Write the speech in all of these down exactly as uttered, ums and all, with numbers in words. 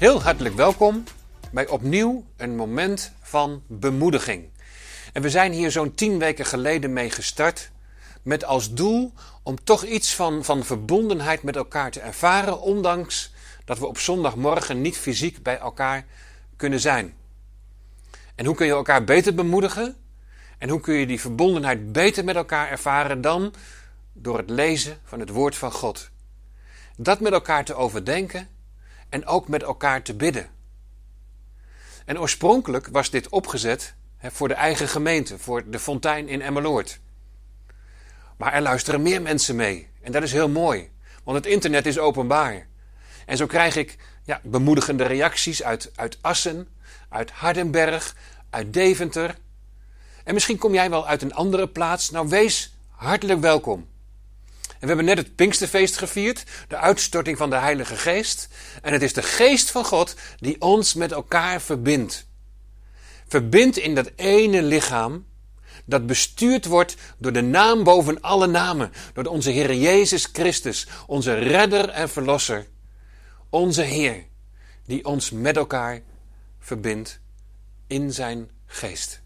Heel hartelijk welkom bij opnieuw een moment van bemoediging. En we zijn hier zo'n tien weken geleden mee gestart met als doel om toch iets van, van verbondenheid met elkaar te ervaren, ondanks dat we op zondagmorgen niet fysiek bij elkaar kunnen zijn. En hoe kun je elkaar beter bemoedigen? En hoe kun je die verbondenheid beter met elkaar ervaren dan door het lezen van het woord van God? Dat met elkaar te overdenken en ook met elkaar te bidden. En oorspronkelijk was dit opgezet hè, voor de eigen gemeente, voor de Fontein in Emmeloord. Maar er luisteren meer mensen mee. En dat is heel mooi, want het internet is openbaar. En zo krijg ik ja, bemoedigende reacties uit, uit Assen, uit Hardenberg, uit Deventer. En misschien kom jij wel uit een andere plaats. Nou, wees hartelijk welkom. En we hebben net het Pinksterfeest gevierd, de uitstorting van de Heilige Geest. En het is de Geest van God die ons met elkaar verbindt. Verbindt in dat ene lichaam dat bestuurd wordt door de naam boven alle namen. Door onze Heer Jezus Christus, onze redder en verlosser. Onze Heer, die ons met elkaar verbindt in zijn geest.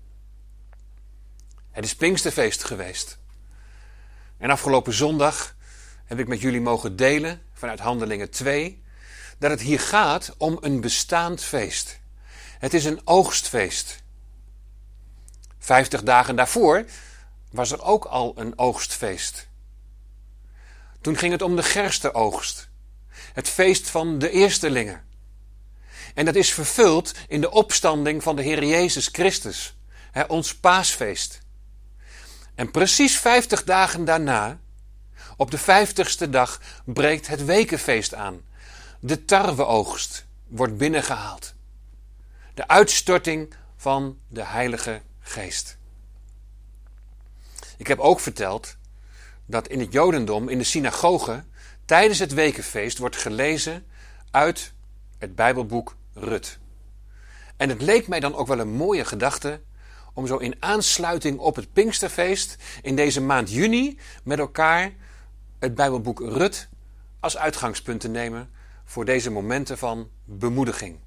Het is Pinksterfeest geweest. En afgelopen zondag heb ik met jullie mogen delen, vanuit Handelingen twee, dat het hier gaat om een bestaand feest. Het is een oogstfeest. Vijftig dagen daarvoor was er ook al een oogstfeest. Toen ging het om de gerstenoogst. Het feest van de eerstelingen. En dat is vervuld in de opstanding van de Heer Jezus Christus. Hè, ons paasfeest. En precies vijftig dagen daarna, op de vijftigste dag, breekt het wekenfeest aan. De tarweoogst wordt binnengehaald. De uitstorting van de Heilige Geest. Ik heb ook verteld dat in het Jodendom, in de synagoge, tijdens het wekenfeest wordt gelezen uit het Bijbelboek Rut. En het leek mij dan ook wel een mooie gedachte om zo in aansluiting op het Pinksterfeest in deze maand juni met elkaar het Bijbelboek Rut als uitgangspunt te nemen voor deze momenten van bemoediging.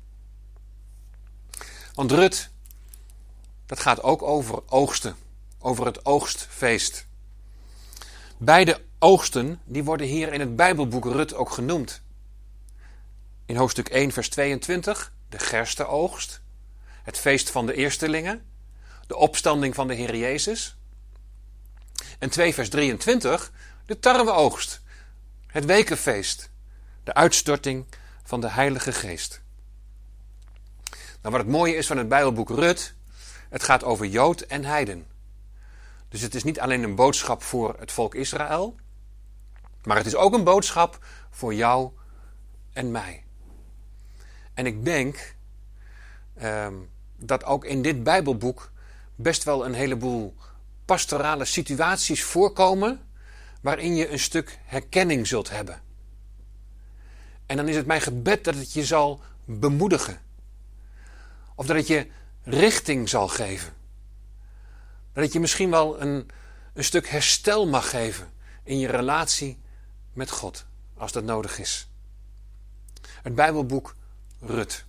Want Rut, dat gaat ook over oogsten, over het oogstfeest. Beide oogsten die worden hier in het Bijbelboek Rut ook genoemd. In hoofdstuk één vers tweeëntwintig, de gerstenoogst, het feest van de eerstelingen, de opstanding van de Heer Jezus. En twee vers drieëntwintig, de tarweoogst, het wekenfeest, de uitstorting van de Heilige Geest. Nou, wat het mooie is van het Bijbelboek Rut, het gaat over Jood en heiden. Dus het is niet alleen een boodschap voor het volk Israël, maar het is ook een boodschap voor jou en mij. En ik denk uh, dat ook in dit Bijbelboek best wel een heleboel pastorale situaties voorkomen waarin je een stuk herkenning zult hebben. En dan is het mijn gebed dat het je zal bemoedigen. Of dat het je richting zal geven. Dat het je misschien wel een, een stuk herstel mag geven in je relatie met God, als dat nodig is. Het Bijbelboek Rut.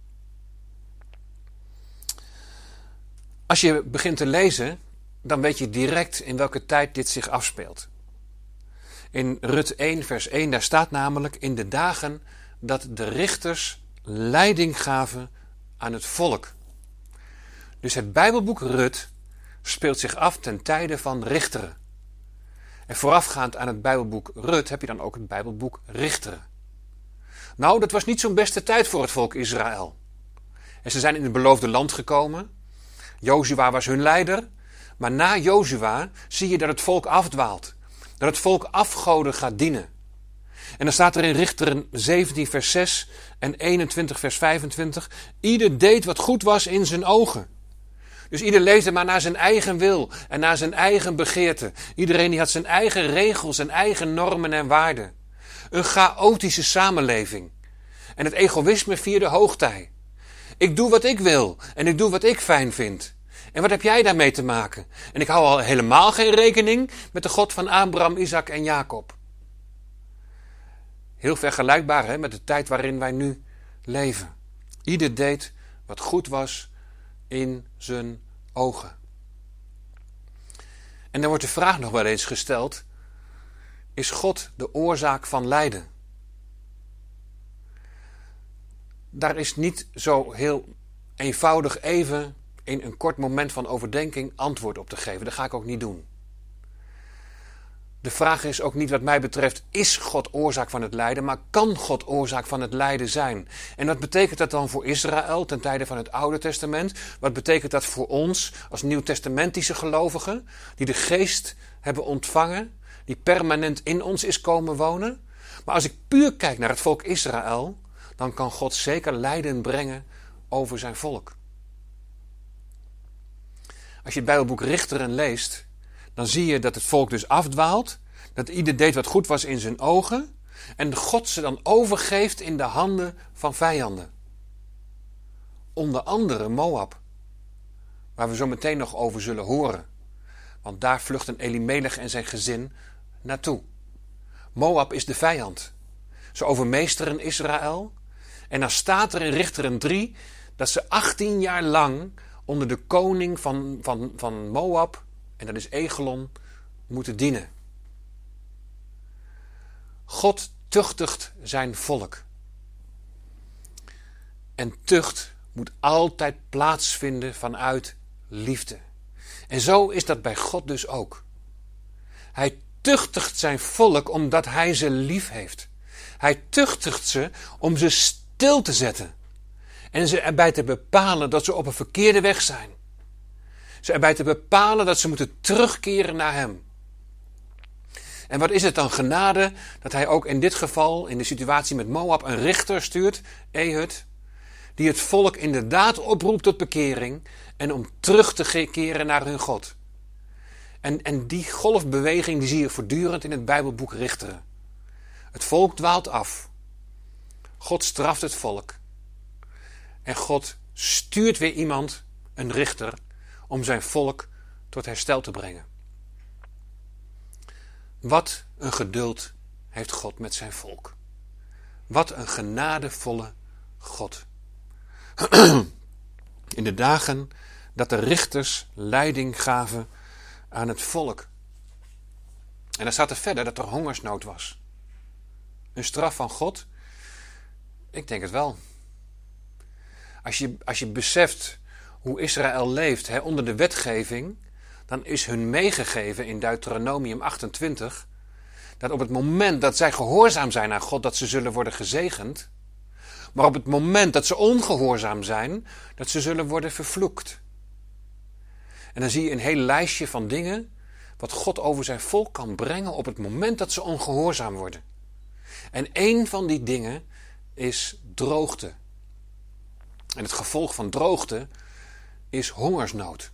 Als je begint te lezen, dan weet je direct in welke tijd dit zich afspeelt. In Rut één vers één, daar staat namelijk in de dagen dat de richters leiding gaven aan het volk. Dus het Bijbelboek Rut speelt zich af ten tijde van richteren. En voorafgaand aan het Bijbelboek Rut heb je dan ook het Bijbelboek Richteren. Nou, dat was niet zo'n beste tijd voor het volk Israël. En ze zijn in het beloofde land gekomen. Jozua was hun leider. Maar na Jozua zie je dat het volk afdwaalt. Dat het volk afgoden gaat dienen. En dan staat er in Richteren zeventien vers zes en eenentwintig vers vijfentwintig. Ieder deed wat goed was in zijn ogen. Dus ieder leefde maar naar zijn eigen wil en naar zijn eigen begeerte. Iedereen die had zijn eigen regels en eigen normen en waarden. Een chaotische samenleving. En het egoïsme vierde hoogtij. Ik doe wat ik wil en ik doe wat ik fijn vind. En wat heb jij daarmee te maken? En ik hou al helemaal geen rekening met de God van Abraham, Isaac en Jacob. Heel vergelijkbaar hè, met de tijd waarin wij nu leven. Ieder deed wat goed was in zijn ogen. En dan wordt de vraag nog wel eens gesteld: is God de oorzaak van lijden? Daar is niet zo heel eenvoudig even in een kort moment van overdenking antwoord op te geven. Dat ga ik ook niet doen. De vraag is ook niet wat mij betreft, is God oorzaak van het lijden, maar kan God oorzaak van het lijden zijn? En wat betekent dat dan voor Israël ten tijde van het Oude Testament? Wat betekent dat voor ons als nieuwtestamentische gelovigen, die de geest hebben ontvangen, die permanent in ons is komen wonen? Maar als ik puur kijk naar het volk Israël, dan kan God zeker lijden brengen over zijn volk. Als je het Bijbelboek Richteren leest, dan zie je dat het volk dus afdwaalt, dat ieder deed wat goed was in zijn ogen, en God ze dan overgeeft in de handen van vijanden. Onder andere Moab, waar we zo meteen nog over zullen horen. Want daar vluchten Elimelech en zijn gezin naartoe. Moab is de vijand. Ze overmeesteren Israël. En dan staat er in Richteren drie dat ze achttien jaar lang onder de koning van, van, van Moab, en dat is Eglon, moeten dienen. God tuchtigt zijn volk. En tucht moet altijd plaatsvinden vanuit liefde. En zo is dat bij God dus ook. Hij tuchtigt zijn volk omdat hij ze lief heeft. Hij tuchtigt ze om ze stil te zetten. En ze erbij te bepalen dat ze op een verkeerde weg zijn. Ze erbij te bepalen dat ze moeten terugkeren naar hem. En wat is het dan genade dat hij ook in dit geval, in de situatie met Moab, een richter stuurt, Ehud, die het volk inderdaad oproept tot bekering en om terug te keren naar hun God. En, en die golfbeweging die zie je voortdurend in het Bijbelboek Richteren. Het volk dwaalt af. God straft het volk. En God stuurt weer iemand, een richter, om zijn volk tot herstel te brengen. Wat een geduld heeft God met zijn volk. Wat een genadevolle God. In de dagen dat de richters leiding gaven aan het volk. En dan staat er verder dat er hongersnood was. Een straf van God? Ik denk het wel. Als je, als je beseft hoe Israël leeft hè, onder de wetgeving, dan is hun meegegeven in Deuteronomium achtentwintig, dat op het moment dat zij gehoorzaam zijn aan God, dat ze zullen worden gezegend. Maar op het moment dat ze ongehoorzaam zijn, dat ze zullen worden vervloekt. En dan zie je een heel lijstje van dingen wat God over zijn volk kan brengen op het moment dat ze ongehoorzaam worden. En één van die dingen is droogte. En het gevolg van droogte is hongersnood.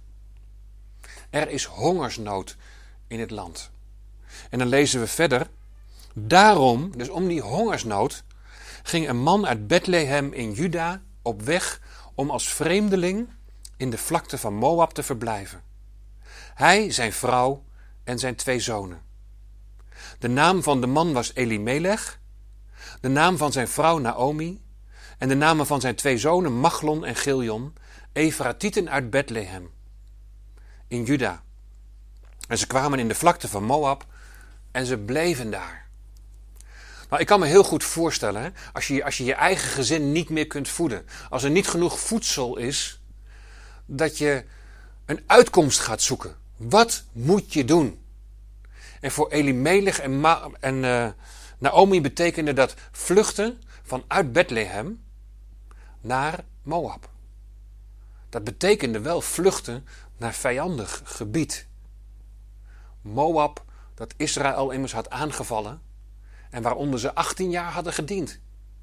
Er is hongersnood in het land. En dan lezen we verder. Daarom, dus om die hongersnood, ging een man uit Bethlehem in Juda op weg om als vreemdeling in de vlakte van Moab te verblijven. Hij, zijn vrouw en zijn twee zonen. De naam van de man was Elimelech, de naam van zijn vrouw Naomi en de namen van zijn twee zonen Machlon en Giljon, Efratieten uit Bethlehem, in Juda. En ze kwamen in de vlakte van Moab en ze bleven daar. Nou, ik kan me heel goed voorstellen, hè, als je, als je je eigen gezin niet meer kunt voeden, als er niet genoeg voedsel is, dat je een uitkomst gaat zoeken. Wat moet je doen? En voor Elimelech en, Ma- en uh, Naomi betekende dat vluchten vanuit Bethlehem naar Moab. Dat betekende wel vluchten naar vijandig gebied. Moab, dat Israël immers had aangevallen en waaronder ze achttien jaar hadden gediend.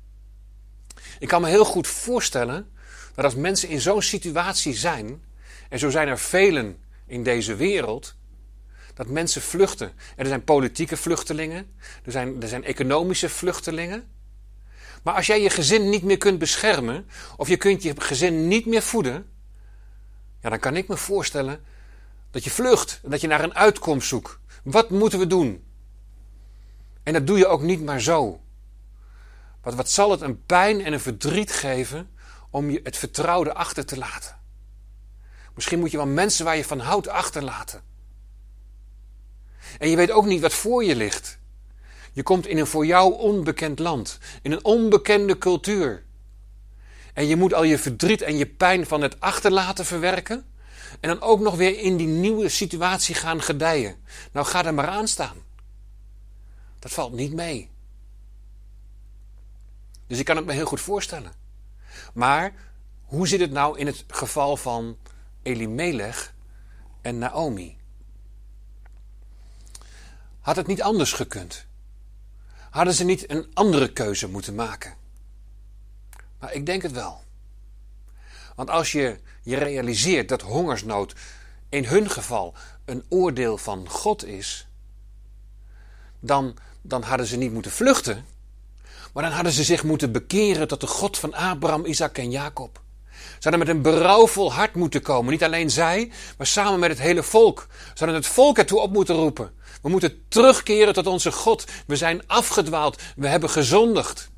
Ik kan me heel goed voorstellen dat als mensen in zo'n situatie zijn, en zo zijn er velen in deze wereld, dat mensen vluchten. En er zijn politieke vluchtelingen, er zijn, er zijn economische vluchtelingen. Maar als jij je gezin niet meer kunt beschermen, of je kunt je gezin niet meer voeden, ja, dan kan ik me voorstellen dat je vlucht, dat je naar een uitkomst zoekt. Wat moeten we doen? En dat doe je ook niet maar zo. Wat, wat zal het een pijn en een verdriet geven om je het vertrouwde achter te laten. Misschien moet je wel mensen waar je van houdt achterlaten. En je weet ook niet wat voor je ligt. Je komt in een voor jou onbekend land, in een onbekende cultuur. En je moet al je verdriet en je pijn van het achterlaten verwerken. En dan ook nog weer in die nieuwe situatie gaan gedijen. Nou, ga er maar aan staan. Dat valt niet mee. Dus ik kan het me heel goed voorstellen. Maar hoe zit het nou in het geval van Elimelech en Naomi? Had het niet anders gekund? Hadden ze niet een andere keuze moeten maken? Maar ik denk het wel. Want als je je realiseert dat hongersnood in hun geval een oordeel van God is, dan, dan hadden ze niet moeten vluchten, maar dan hadden ze zich moeten bekeren tot de God van Abraham, Isaac en Jacob. Ze hadden met een berouwvol hart moeten komen. Niet alleen zij, maar samen met het hele volk. Ze hadden het volk ertoe op moeten roepen. We moeten terugkeren tot onze God. We zijn afgedwaald. We hebben gezondigd.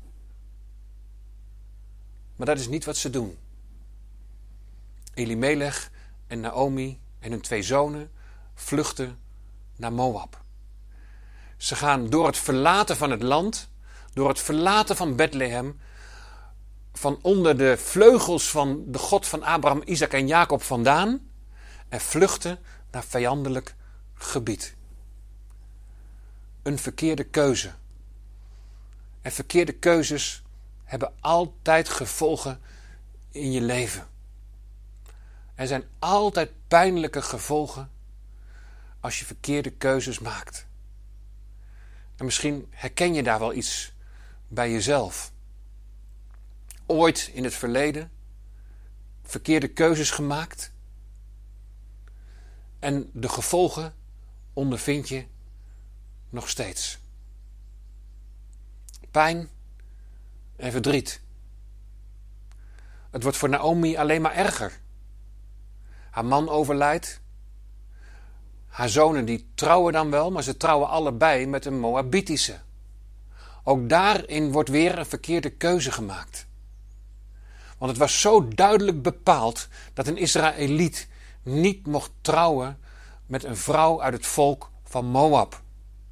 Maar dat is niet wat ze doen. Elimelech en Naomi en hun twee zonen vluchten naar Moab. Ze gaan door het verlaten van het land, door het verlaten van Bethlehem, van onder de vleugels van de God van Abraham, Isaac en Jacob vandaan en vluchten naar vijandelijk gebied. Een verkeerde keuze. En verkeerde keuzes hebben altijd gevolgen in je leven. Er zijn altijd pijnlijke gevolgen als je verkeerde keuzes maakt. En misschien herken je daar wel iets bij jezelf. Ooit in het verleden verkeerde keuzes gemaakt en de gevolgen ondervind je nog steeds. Pijn en verdriet. Het wordt voor Naomi alleen maar erger. Haar man overlijdt. Haar zonen die trouwen dan wel, maar ze trouwen allebei met een Moabitische. Ook daarin wordt weer een verkeerde keuze gemaakt. Want het was zo duidelijk bepaald dat een Israëliet niet mocht trouwen met een vrouw uit het volk van Moab.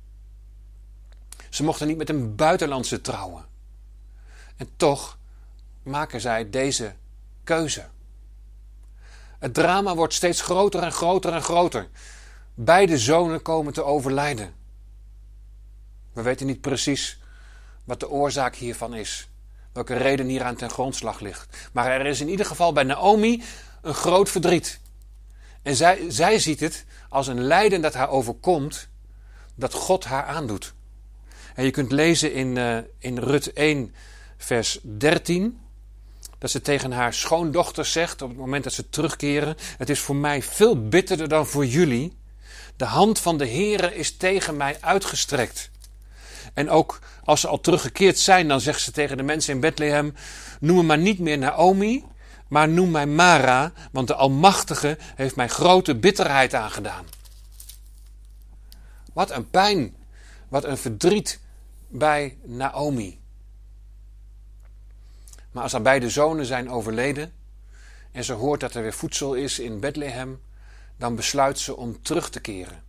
Ze mochten niet met een buitenlandse trouwen. En toch maken zij deze keuze. Het drama wordt steeds groter en groter en groter. Beide zonen komen te overlijden. We weten niet precies wat de oorzaak hiervan is. Welke reden hier aan ten grondslag ligt. Maar er is in ieder geval bij Naomi een groot verdriet. En zij, zij ziet het als een lijden dat haar overkomt, dat God haar aandoet. En je kunt lezen in, uh, in Rut één vers dertien... dat ze tegen haar schoondochter zegt op het moment dat ze terugkeren: het is voor mij veel bitterder dan voor jullie. De hand van de Heere is tegen mij uitgestrekt. En ook als ze al teruggekeerd zijn, dan zegt ze tegen de mensen in Bethlehem: noem me maar niet meer Naomi, maar noem mij Mara, want de Almachtige heeft mij grote bitterheid aangedaan. Wat een pijn, wat een verdriet bij Naomi. Maar als haar beide zonen zijn overleden en ze hoort dat er weer voedsel is in Bethlehem, dan besluit ze om terug te keren.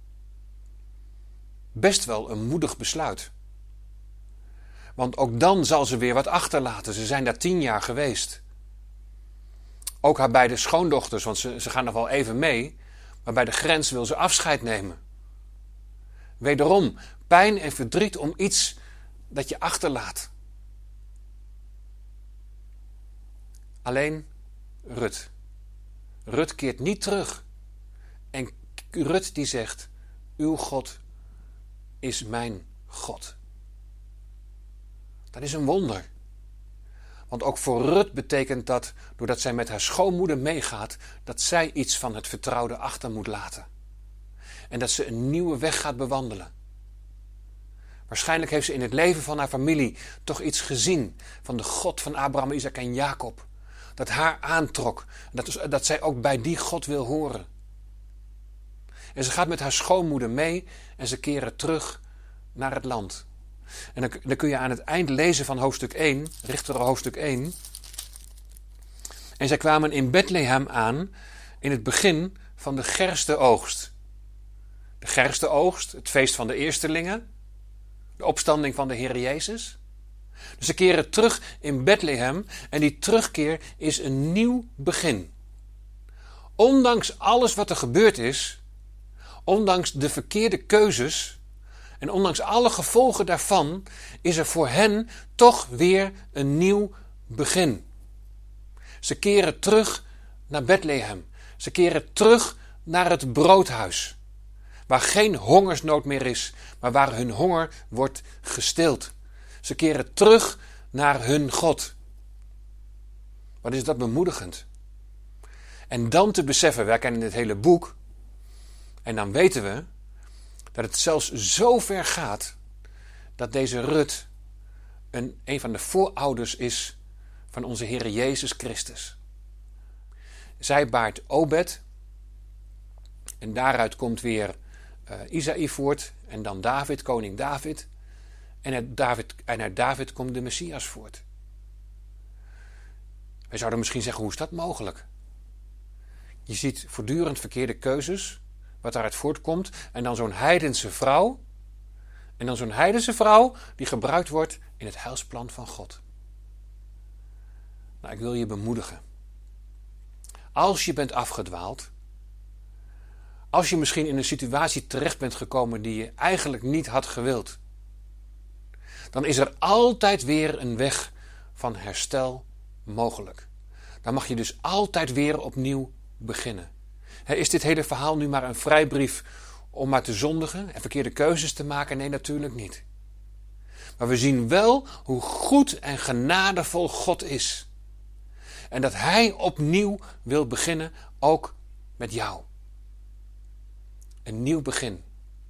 Best wel een moedig besluit. Want ook dan zal ze weer wat achterlaten. Ze zijn daar tien jaar geweest. Ook haar beide schoondochters, want ze, ze gaan nog wel even mee, maar bij de grens wil ze afscheid nemen. Wederom, pijn en verdriet om iets dat je achterlaat. Alleen Rut. Rut keert niet terug. En Rut die zegt: uw God is mijn God. Dat is een wonder. Want ook voor Rut betekent dat, doordat zij met haar schoonmoeder meegaat, dat zij iets van het vertrouwde achter moet laten. En dat ze een nieuwe weg gaat bewandelen. Waarschijnlijk heeft ze in het leven van haar familie toch iets gezien van de God van Abraham, Isaac en Jacob. Dat haar aantrok. Dat, dat zij ook bij die God wil horen. En ze gaat met haar schoonmoeder mee en ze keren terug naar het land. En dan, dan kun je aan het eind lezen van hoofdstuk één, Richteren hoofdstuk één. En zij kwamen in Bethlehem aan in het begin van de gerstenoogst. De gerstenoogst, het feest van de eerstelingen, de opstanding van de Heer Jezus. Dus ze keren terug in Bethlehem en die terugkeer is een nieuw begin. Ondanks alles wat er gebeurd is, ondanks de verkeerde keuzes en ondanks alle gevolgen daarvan, is er voor hen toch weer een nieuw begin. Ze keren terug naar Bethlehem. Ze keren terug naar het broodhuis. Waar geen hongersnood meer is, maar waar hun honger wordt gestild. Ze keren terug naar hun God. Wat is dat bemoedigend? En dan te beseffen, wij kennen dit hele boek. En dan weten we dat het zelfs zo ver gaat dat deze Rut een, een van de voorouders is van onze Heer Jezus Christus. Zij baart Obed. En daaruit komt weer uh, Isaï voort. En dan David, koning David. En uit David, en uit David komt de Messias voort. Wij zouden misschien zeggen, hoe is dat mogelijk? Je ziet voortdurend verkeerde keuzes, wat daaruit voortkomt. En dan zo'n heidense vrouw. En dan zo'n heidense vrouw die gebruikt wordt in het heilsplan van God. Nou, ik wil je bemoedigen. Als je bent afgedwaald, als je misschien in een situatie terecht bent gekomen die je eigenlijk niet had gewild, dan is er altijd weer een weg van herstel mogelijk. Dan mag je dus altijd weer opnieuw beginnen. Is dit hele verhaal nu maar een vrijbrief om maar te zondigen en verkeerde keuzes te maken? Nee, natuurlijk niet. Maar we zien wel hoe goed en genadevol God is. En dat Hij opnieuw wil beginnen, ook met jou. Een nieuw begin.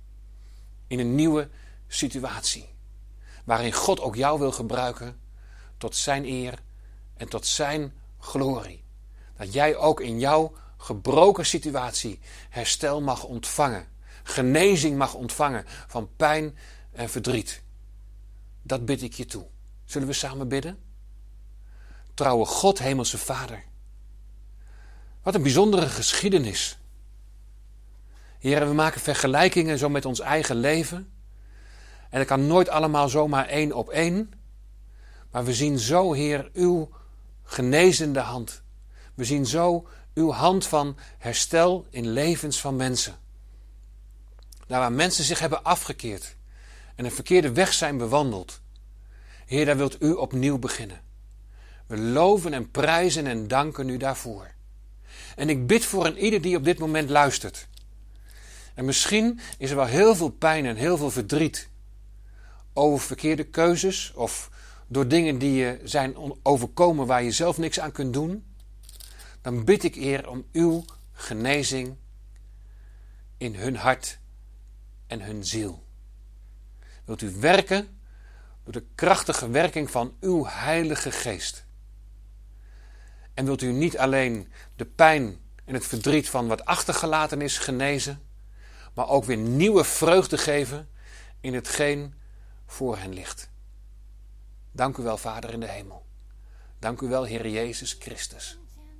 In een nieuwe situatie. Waarin God ook jou wil gebruiken tot zijn eer en tot zijn glorie. Dat jij ook in jouw gebroken situatie herstel mag ontvangen. Genezing mag ontvangen van pijn en verdriet. Dat bid ik je toe. Zullen we samen bidden? Trouwe God, Hemelse Vader. Wat een bijzondere geschiedenis. Heer, we maken vergelijkingen zo met ons eigen leven. En dat kan nooit allemaal zomaar één op één. Maar we zien zo, Heer, uw genezende hand. We zien zo uw hand van herstel in levens van mensen. Daar waar mensen zich hebben afgekeerd en een verkeerde weg zijn bewandeld. Heer, daar wilt u opnieuw beginnen. We loven en prijzen en danken u daarvoor. En ik bid voor een ieder die op dit moment luistert. En misschien is er wel heel veel pijn en heel veel verdriet. Over verkeerde keuzes of door dingen die je zijn overkomen waar je zelf niks aan kunt doen. Dan bid ik, Heer, om uw genezing in hun hart en hun ziel. Wilt u werken door de krachtige werking van uw Heilige Geest. En wilt u niet alleen de pijn en het verdriet van wat achtergelaten is genezen, maar ook weer nieuwe vreugde geven in hetgeen voor hen ligt. Dank u wel, Vader in de hemel. Dank u wel, Heer Jezus Christus.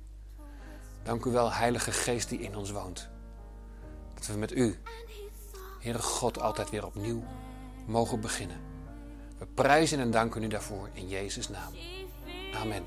Dank u wel, Heilige Geest die in ons woont. Dat we met u, Heere God, altijd weer opnieuw mogen beginnen. We prijzen en danken u daarvoor in Jezus' naam. Amen.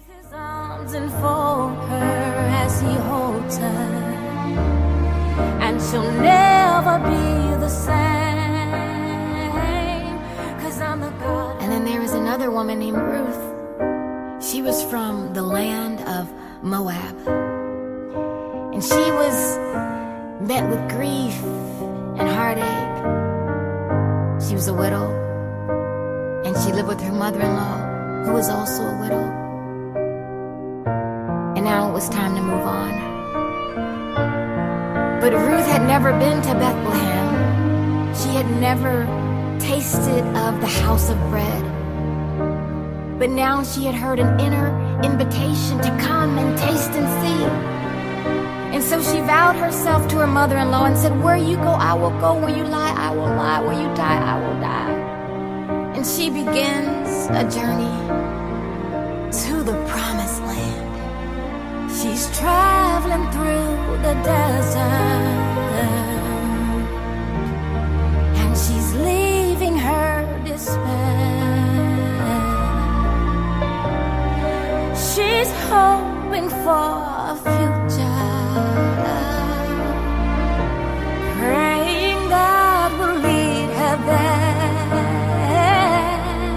And she'll never be the same, 'cause I'm the God. And then there was another woman named Ruth. She was from the land of Moab. And she was met with grief and heartache. She was a widow. And she lived with her mother-in-law, who was also a widow. And now it was time to move on. But Ruth had never been to Bethlehem. She had never tasted of the house of bread. But now she had heard an inner invitation to come and taste and see. And so she vowed herself to her mother-in-law and said, where you go, I will go. Where you lie, I will lie. Where you die, I will die. And and she begins a journey to the promised land. She's traveling through the desert, and she's leaving her despair. She's hoping for a future, praying God will lead her there.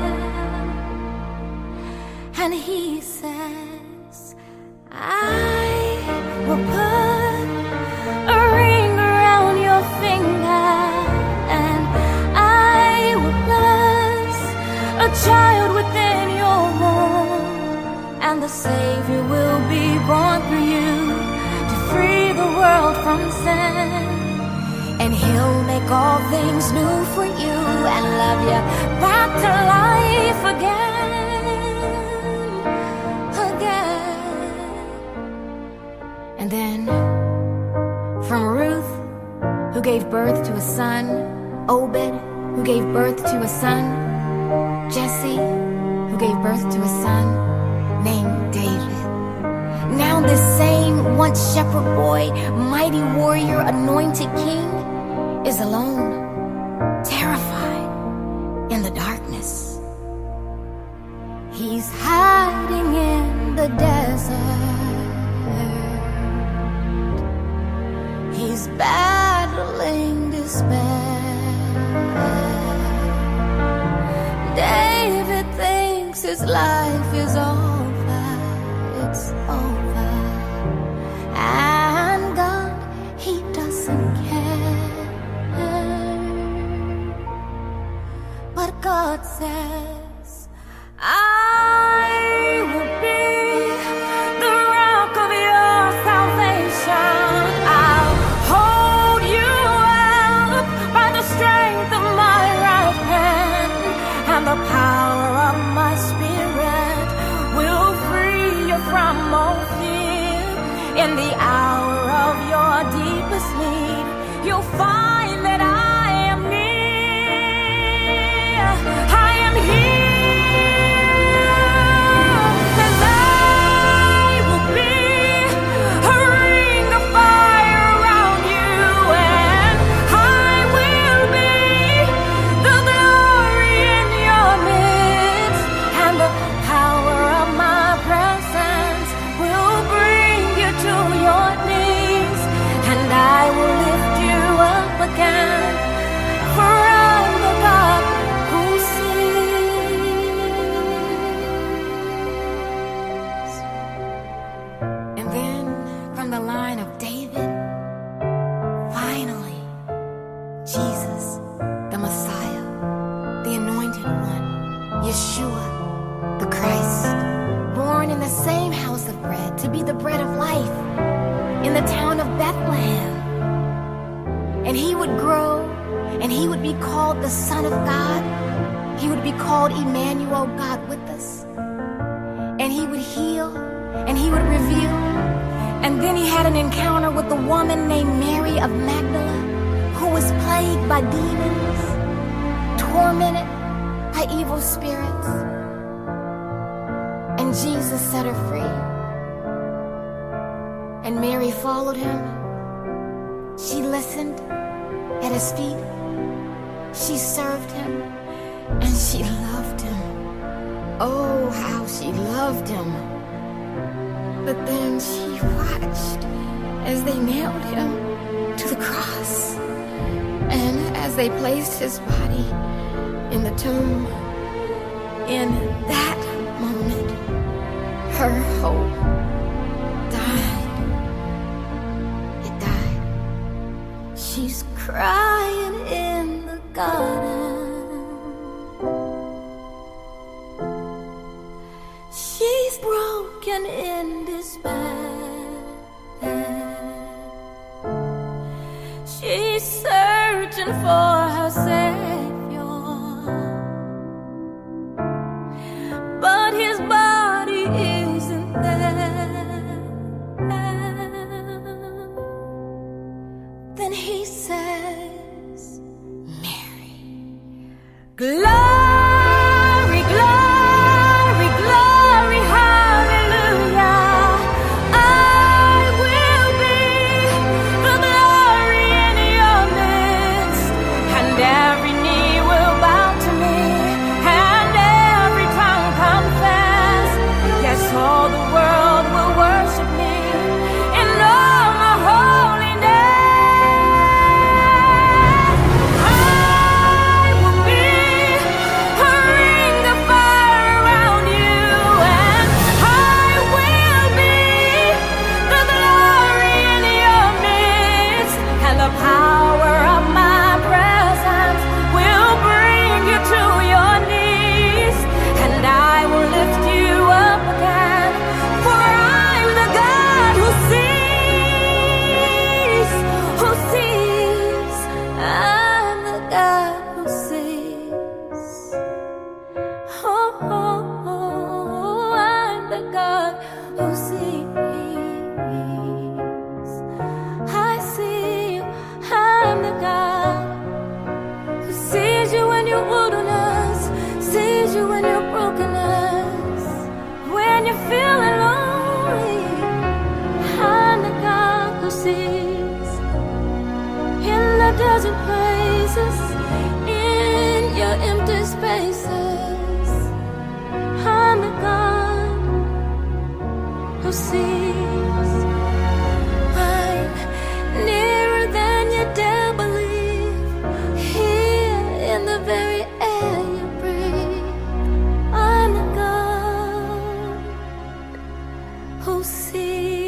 And he says, I will put a ring around your finger, and I will bless a child within your womb, and the Savior will be born for you to free the world from sin. And he'll make all things new for you and love you back to life again, again. And then from Ruth, who gave birth to a son, Obed, who gave birth to a son, Jesse, who gave birth to a son named David. Now this same once shepherd boy, mighty warrior, anointed king, is alone, terrified in the darkness. He's hiding in the desert. He's battling despair. David thinks his life is over, it's over, and God, he doesn't care. But God says, I will be the rock of your salvation. I'll hold you up by the strength of my right hand, and the power of my spirit will free you from all fear. In the hour of your deepest need, you'll find that I am near. I am here, and I will be a ring of fire around you, and I will be the glory in your midst, and the power of my presence will bring you to your knees, and I will lift you up again, for I'm the God who sees. And then from the line of David, finally, Jesus, the Messiah, the Anointed One, Yeshua, the Christ, born in the same house of bread to be the bread of life in the town of Bethlehem. And he would grow, and he would be called the Son of God. He would be called Emmanuel, God with us. And he would heal, and he would reveal. And then he had an encounter with a woman named Mary of Magdala, who was plagued by demons, tormented by evil spirits. And Jesus set her free. And Mary followed him. She listened at his feet. She served him, and she loved him. Oh, how she loved him. But then she watched as they nailed him to the cross, and as they placed his body in the tomb. In that moment, her hope died. It died. She's crying in the garden. She's broken in despair. She's searching for her Savior, but his body isn't there. Then he says, Mary, glory. sees. I'm nearer than you dare believe. Here in the very air you breathe. I'm the God who sees.